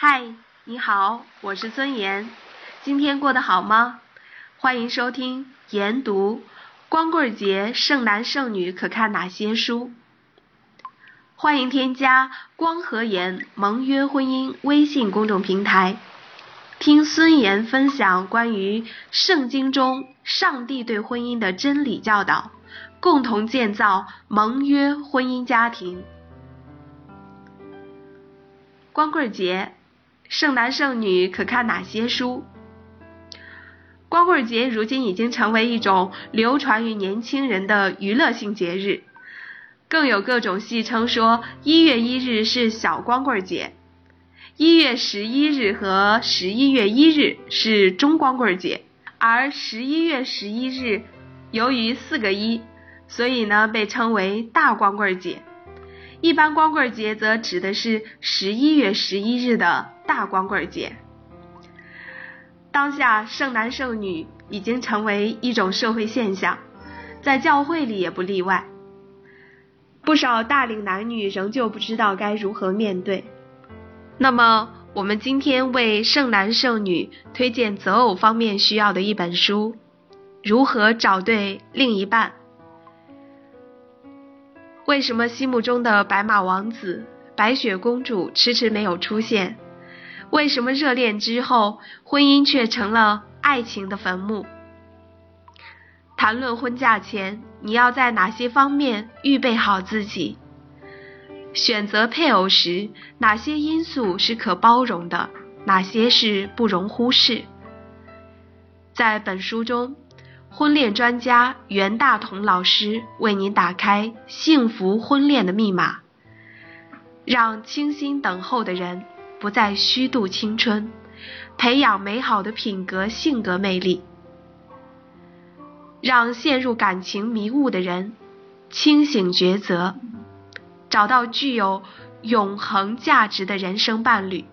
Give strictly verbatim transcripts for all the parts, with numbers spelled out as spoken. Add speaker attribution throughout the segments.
Speaker 1: 嗨，你好，我是孙岩，今天过得好吗？欢迎收听研读光棍节剩男剩女可看哪些书。欢迎添加光和岩盟约婚姻微信公众平台，听孙岩分享关于圣经中上帝对婚姻的真理教导，共同建造盟约婚姻家庭。光棍节剩男剩女可看哪些书？光棍节如今已经成为一种流传于年轻人的娱乐性节日，更有各种戏称说一月一日是小光棍节，一月十一日和十一月一日是中光棍节，而十一月十一日由于四个一，所以呢被称为大光棍节。一般光棍节则指的是十一月十一日的大光棍节。当下剩男剩女已经成为一种社会现象，在教会里也不例外。不少大龄男女仍旧不知道该如何面对。那么我们今天为剩男剩女推荐择偶方面需要的一本书，如何找对另一半。为什么心目中的白马王子、白雪公主迟迟没有出现？为什么热恋之后，婚姻却成了爱情的坟墓？谈论婚嫁前，你要在哪些方面预备好自己？选择配偶时，哪些因素是可包容的，哪些是不容忽视？在本书中，婚恋专家袁大同老师为您打开幸福婚恋的密码，让倾心等候的人不再虚度青春，培养美好的品格性格魅力，让陷入感情迷雾的人清醒抉择，找到具有永恒价值的人生伴侣。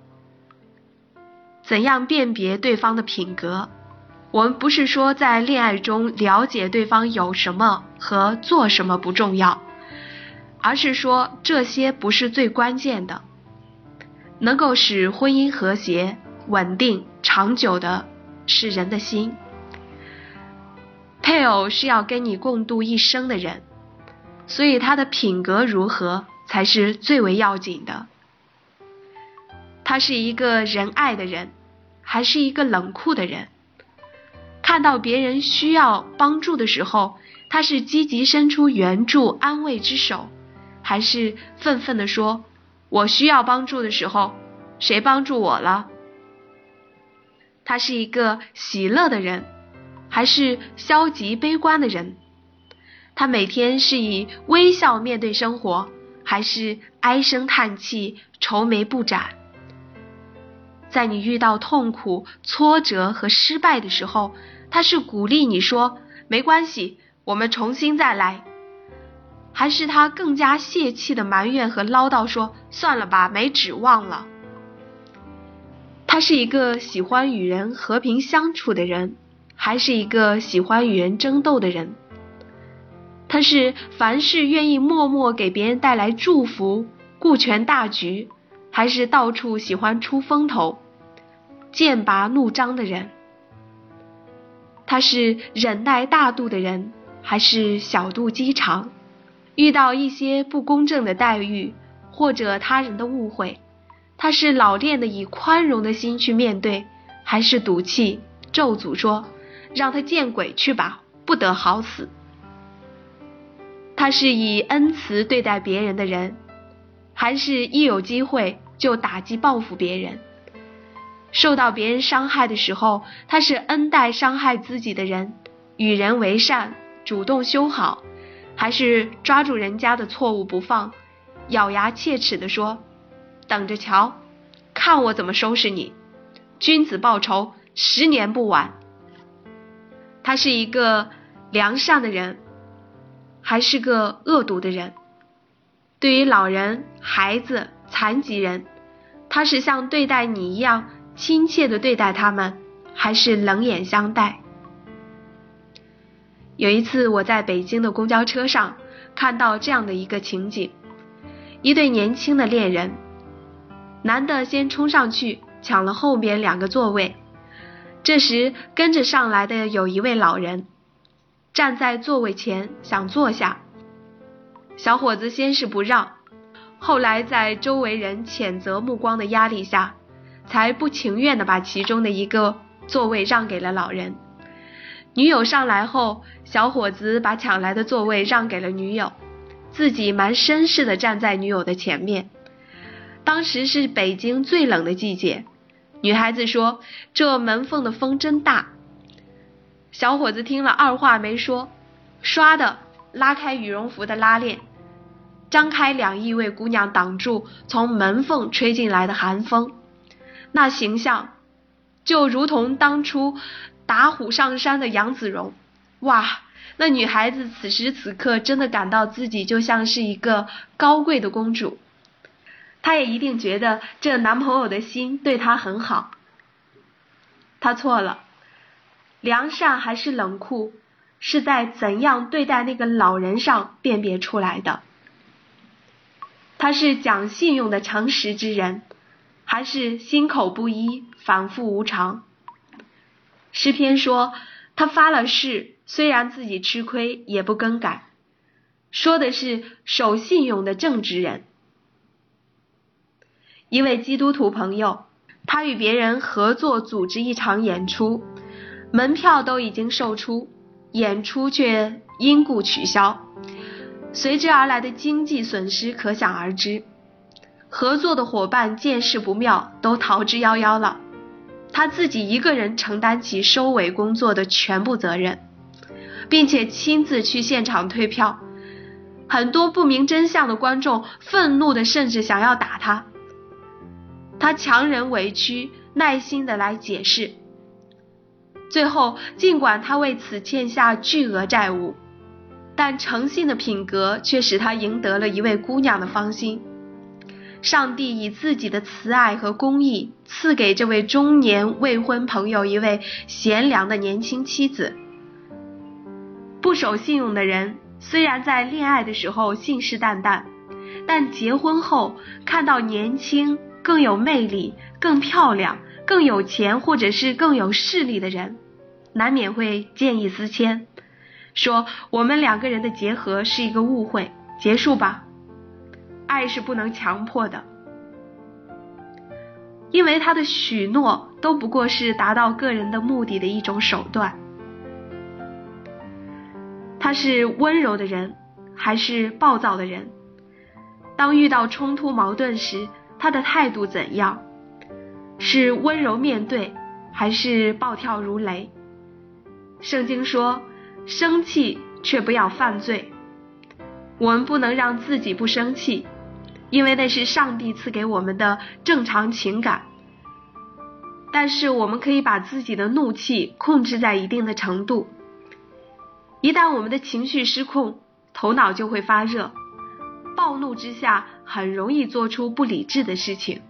Speaker 1: 怎样辨别对方的品格？我们不是说在恋爱中了解对方有什么和做什么不重要，而是说这些不是最关键的。能够使婚姻和谐、稳定、长久的是人的心。配偶是要跟你共度一生的人，所以他的品格如何才是最为要紧的。他是一个仁爱的人，还是一个冷酷的人？看到别人需要帮助的时候，他是积极伸出援助安慰之手，还是愤愤地说，我需要帮助的时候，谁帮助我了？他是一个喜乐的人，还是消极悲观的人？他每天是以微笑面对生活，还是唉声叹气愁眉不展？在你遇到痛苦、挫折和失败的时候，他是鼓励你说没关系，我们重新再来，还是他更加泄气的埋怨和唠叨说算了吧，没指望了？他是一个喜欢与人和平相处的人，还是一个喜欢与人争斗的人？他是凡事愿意默默给别人带来祝福，顾全大局，还是到处喜欢出风头，剑拔弩张的人？他是忍耐大度的人，还是小肚鸡肠？遇到一些不公正的待遇，或者他人的误会，他是老练的以宽容的心去面对，还是赌气咒诅说让他见鬼去吧，不得好死？他是以恩慈对待别人的人，还是一有机会就打击报复别人？受到别人伤害的时候，他是恩待伤害自己的人，与人为善，主动修好，还是抓住人家的错误不放，咬牙切齿地说等着瞧，看我怎么收拾你，君子报仇，十年不晚？他是一个良善的人，还是个恶毒的人？对于老人、孩子、残疾人，他是像对待你一样亲切地对待他们，还是冷眼相待？有一次我在北京的公交车上看到这样的一个情景，一对年轻的恋人， 男的先冲上去抢了后边两个座位。这时跟着上来的有一位老人，站在座位前想坐下，小伙子先是不让，后来在周围人谴责目光的压力下，才不情愿地把其中的一个座位让给了老人。女友上来后，小伙子把抢来的座位让给了女友，自己蛮绅士地站在女友的前面。当时是北京最冷的季节，女孩子说这门缝的风真大。小伙子听了二话没说，唰的拉开羽绒服的拉链，张开两翼为姑娘挡住从门缝吹进来的寒风。那形象就如同当初打虎上山的杨子荣。哇，那女孩子此时此刻真的感到自己就像是一个高贵的公主。她也一定觉得这男朋友的心对她很好。她错了，良善还是冷酷，是在怎样对待那个老人上辨别出来的。他是讲信用的诚实之人，还是心口不一，反复无常？诗篇说他发了誓，虽然自己吃亏也不更改，说的是守信用的正直人。一位基督徒朋友，他与别人合作组织一场演出，门票都已经售出，演出却因故取消，随之而来的经济损失可想而知。合作的伙伴见势不妙，都逃之夭夭了，他自己一个人承担起收尾工作的全部责任，并且亲自去现场退票。很多不明真相的观众愤怒的甚至想要打他，他强忍委屈，耐心的来解释。最后尽管他为此欠下巨额债务，但诚信的品格却使他赢得了一位姑娘的芳心。上帝以自己的慈爱和公义赐给这位中年未婚朋友一位贤良的年轻妻子。不守信用的人虽然在恋爱的时候信誓旦旦，但结婚后看到年轻、更有魅力、更漂亮、更有钱或者是更有势力的人，难免会见异思迁，说我们两个人的结合是一个误会，结束吧。爱是不能强迫的，因为他的许诺都不过是达到个人的目的的一种手段。他是温柔的人还是暴躁的人？当遇到冲突矛盾时，他的态度怎样？是温柔面对还是暴跳如雷？圣经说生气却不要犯罪。我们不能让自己不生气，因为那是上帝赐给我们的正常情感。但是我们可以把自己的怒气控制在一定的程度。一旦我们的情绪失控，头脑就会发热，暴怒之下很容易做出不理智的事情。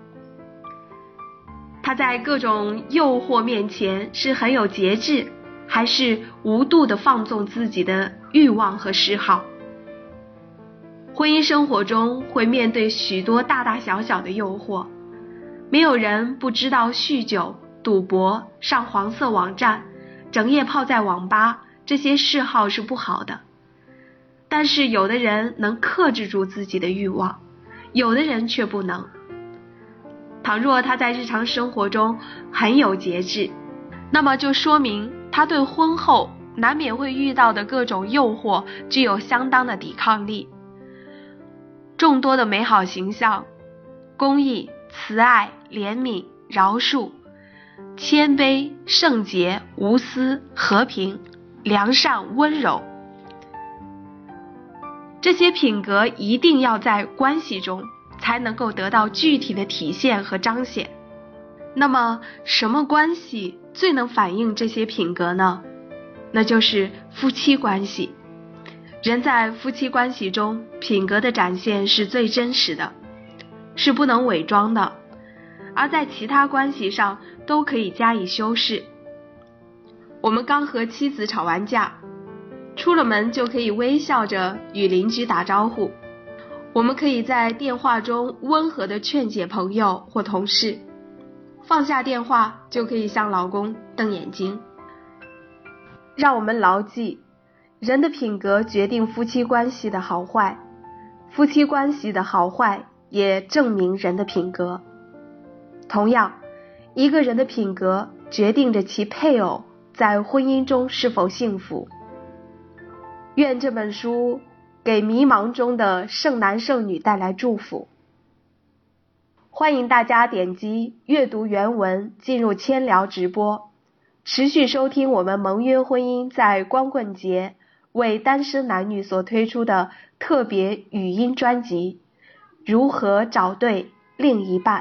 Speaker 1: 他在各种诱惑面前是很有节制，还是无度地放纵自己的欲望和嗜好？婚姻生活中会面对许多大大小小的诱惑，没有人不知道酗酒、赌博、上黄色网站、整夜泡在网吧，这些嗜好是不好的。但是有的人能克制住自己的欲望，有的人却不能。倘若他在日常生活中很有节制，那么就说明他对婚后难免会遇到的各种诱惑具有相当的抵抗力。众多的美好形象，公义、慈爱、怜悯、饶恕、谦卑、圣洁、无私、和平、良善、温柔，这些品格一定要在关系中才能够得到具体的体现和彰显。那么什么关系最能反映这些品格呢？那就是夫妻关系。人在夫妻关系中，品格的展现是最真实的，是不能伪装的，而在其他关系上都可以加以修饰。我们刚和妻子吵完架，出了门就可以微笑着与邻居打招呼， 我们可以在电话中温和地劝解朋友或同事，放下电话就可以向老公瞪眼睛。让我们牢记，人的品格决定夫妻关系的好坏，夫妻关系的好坏也证明人的品格。同样，一个人的品格决定着其配偶在婚姻中是否幸福。愿这本书给迷茫中的剩男剩女带来祝福。欢迎大家点击阅读原文进入千聊直播，持续收听我们盟约婚姻在光棍节为单身男女所推出的特别语音专辑《如何找对另一半》。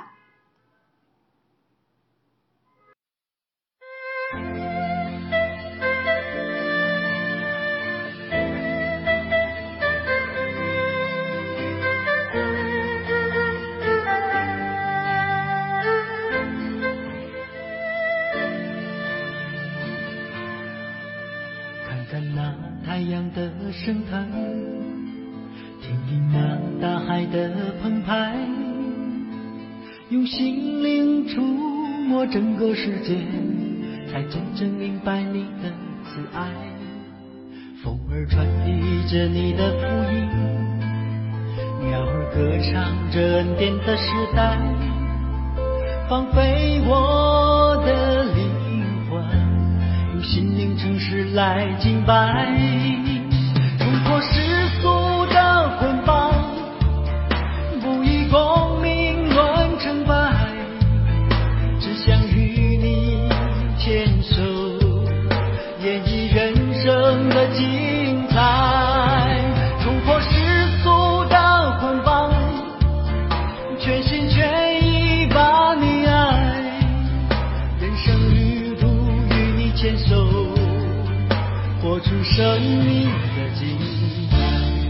Speaker 2: 太阳的升腾，听听那大海的澎湃，用心灵触摸整个世界，才真正明白你的慈爱。风儿传递着你的福音，鸟儿歌唱着恩典的时代，放飞我的灵魂，用心灵诚实来敬拜，冲破世俗的捆绑，不以功名论成败，只想与你牵手，演绎人生的精彩，冲破世俗的捆绑，全心全意把你爱，人生旅途与你牵手，活出生命的精彩。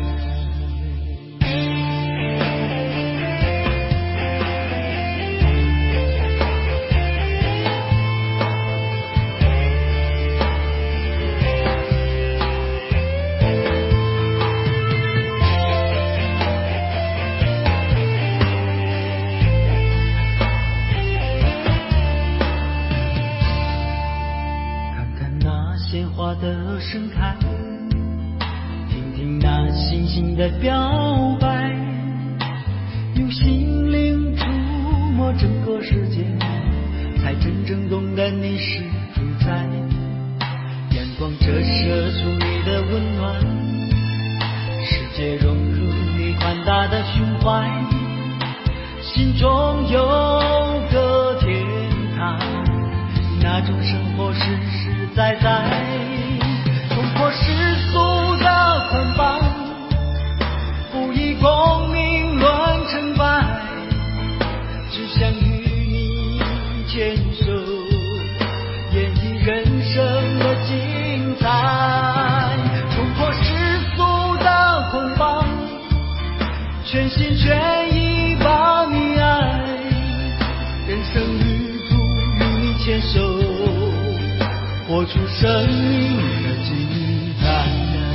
Speaker 2: 鲜花的盛开，听听那星星的表白，用心灵触摸整个世界，才真正懂得你是主宰。阳光折射出你的温暖，世界融入你宽大的胸怀，心中有个天堂，那种生活是实在在，冲破世俗的捆绑，不以功名论成败，只想与你牵手，演绎人生的精彩，冲破世俗的捆绑，全心全意把你爱，人生旅途与你牵手，活出生命的精彩，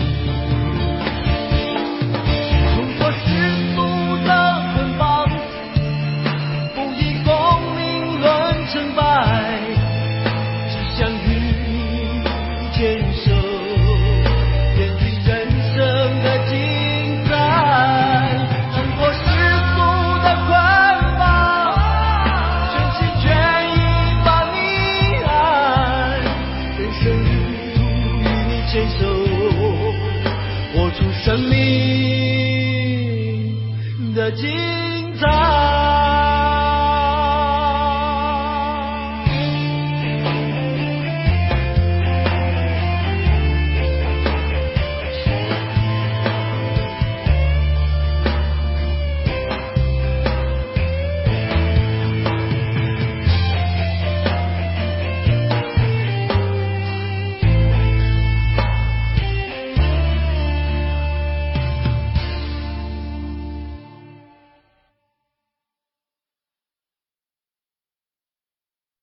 Speaker 2: 冲破世俗的捆绑，不以功名论成败，只想与你牵手，演绎人生的精彩，冲破世俗的捆绑，全心全意把你爱，人生旅途与你牵手，活出生命的精彩。